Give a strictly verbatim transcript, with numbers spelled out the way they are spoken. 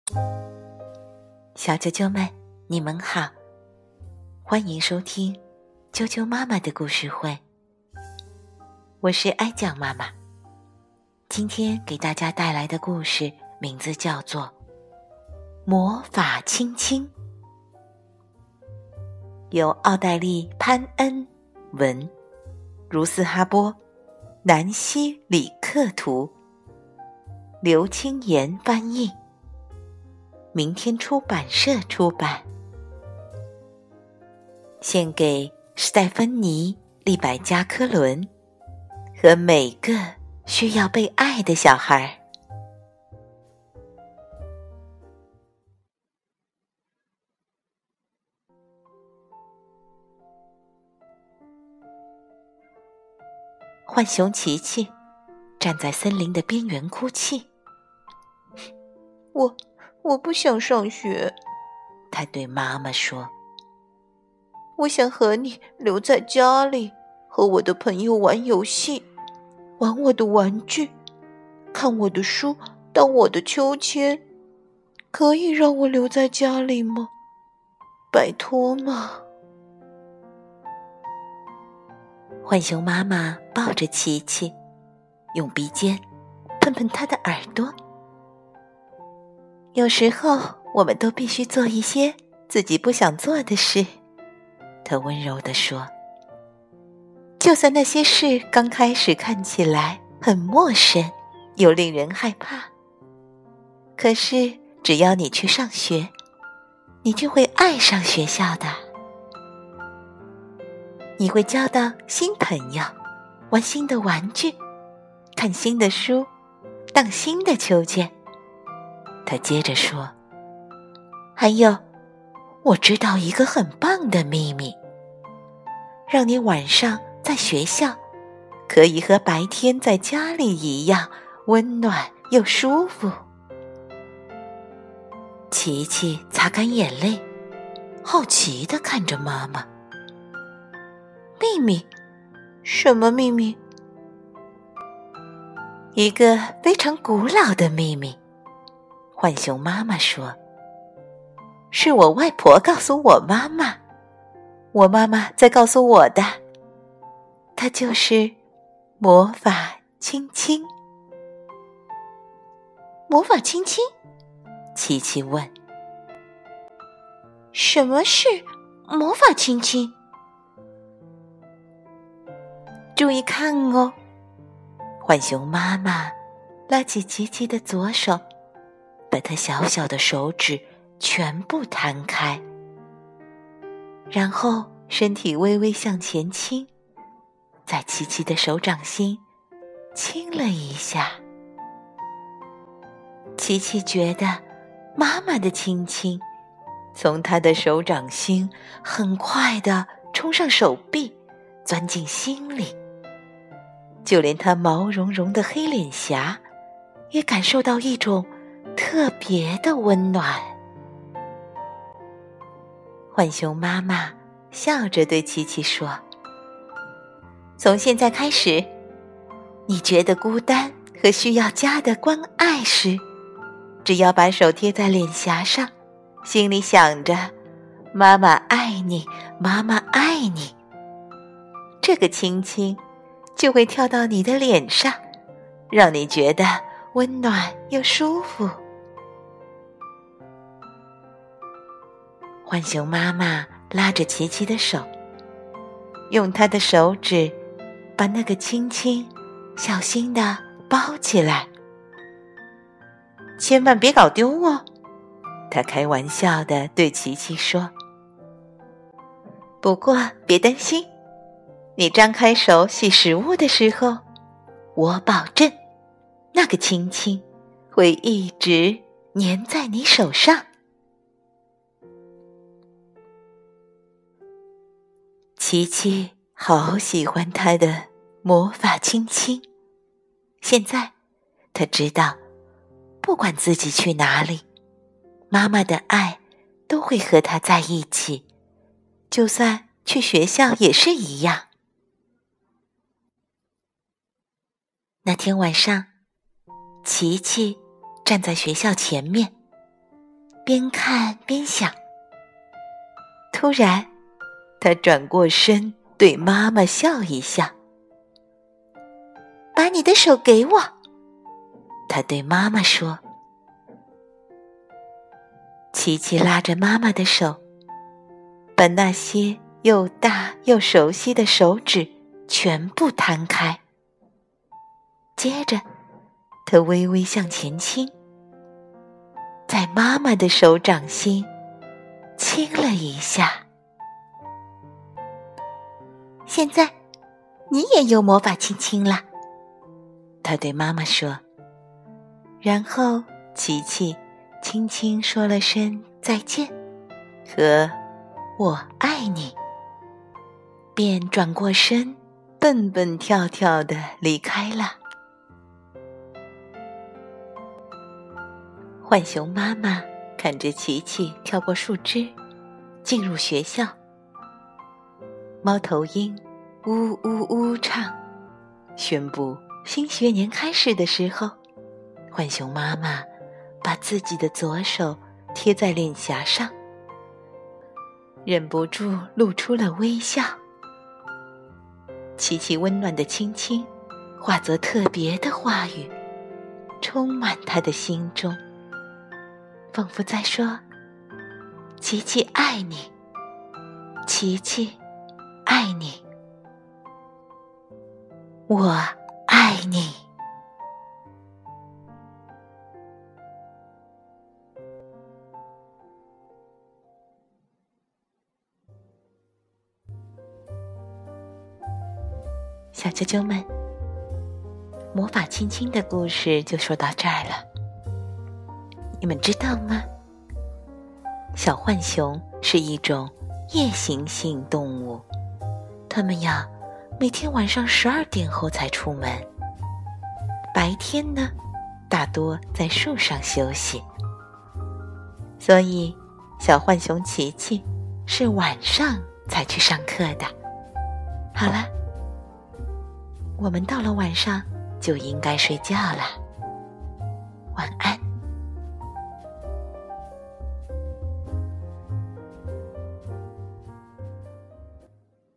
小啾啾们，你们好，欢迎收听啾啾妈妈的故事会。我是哀酱妈妈，今天给大家带来的故事名字叫做《魔法亲亲》，由奥黛丽·潘恩文，茹斯哈波、南希·里克图，刘清言翻译，明天出版社出版。献给史黛芬妮·利百加科伦和每个需要被爱的小孩。浣熊琪琪站在森林的边缘哭泣。 我我不想上学， 他对妈妈说。 我想和你留在家里，和我的朋友玩游戏，玩我的玩具，看我的书，荡我的秋千。可以让我留在家里吗？拜托嘛。 浣熊妈妈抱着琪琪，用鼻尖碰碰她的耳朵。有时候我们都必须做一些自己不想做的事，她温柔地说。就算那些事刚开始看起来很陌生，又令人害怕，可是只要你去上学，你就会爱上学校的。你会交到新朋友，玩新的玩具，看新的书，荡新的秋千。他接着说，还有，我知道一个很棒的秘密，让你晚上在学校可以和白天在家里一样温暖又舒服。琪琪擦干眼泪，好奇地看着妈妈。 秘密？什么秘密？ 一个非常古老的秘密，浣熊妈妈说，是我外婆告诉我妈妈，我妈妈再告诉我的，它就是魔法亲亲。 魔法亲亲？ 琪琪问。 什么是魔法亲亲？ 注意看哦，浣熊妈妈拉起琪琪的左手，把她小小的手指全部摊开，然后身体微微向前倾，在琪琪的手掌心亲了一下。琪琪觉得妈妈的亲亲从她的手掌心很快地冲上手臂，钻进心里，就连她毛茸茸的黑脸颊也感受到一种特别的温暖。浣熊妈妈笑着对琪琪说，从现在开始，你觉得孤单和需要家的关爱时，只要把手贴在脸颊上，心里想着妈妈爱你，妈妈爱你，这个亲亲就会跳到你的脸上，让你觉得温暖又舒服。浣熊妈妈拉着琪琪的手，用她的手指把那个亲亲小心地包起来。千万别搞丢哦，她开玩笑地对琪琪说。不过别担心，你张开手洗食物的时候，我保证那个亲亲会一直粘在你手上。琪琪好喜欢他的魔法亲亲，现在他知道，不管自己去哪里，妈妈的爱都会和他在一起，就算去学校也是一样。那天晚上，琪琪站在学校前面， 边看边想。突然，他转过身对妈妈笑一笑。把你的手给我，他对妈妈说。琪琪拉着妈妈的手，把那些又大又熟悉的手指全部摊开。接着，他微微向前倾，在妈妈的手掌心亲了一下。现在，你也有魔法亲亲了，他对妈妈说。然后，琪琪轻轻说了声再见和我爱你，便转过身蹦蹦跳跳地离开了。浣熊妈妈看着琪琪跳过树枝进入学校，猫头鹰呜呜呜唱，宣布新学年开始的时候，浣熊妈妈把自己的左手贴在脸颊上，忍不住露出了微笑。琪琪温暖的亲亲化作特别的话语，充满他的心中，仿佛在说：琪琪爱你，琪琪爱你，我爱你。小啾啾们，魔法亲亲的故事就说到这儿了。你们知道吗？小浣熊是一种夜行性动物，它们呀，每天晚上十二点后才出门，白天呢，大多在树上休息。所以，小浣熊琪琪是晚上才去上课的。好了，我们到了晚上就应该睡觉了，晚安。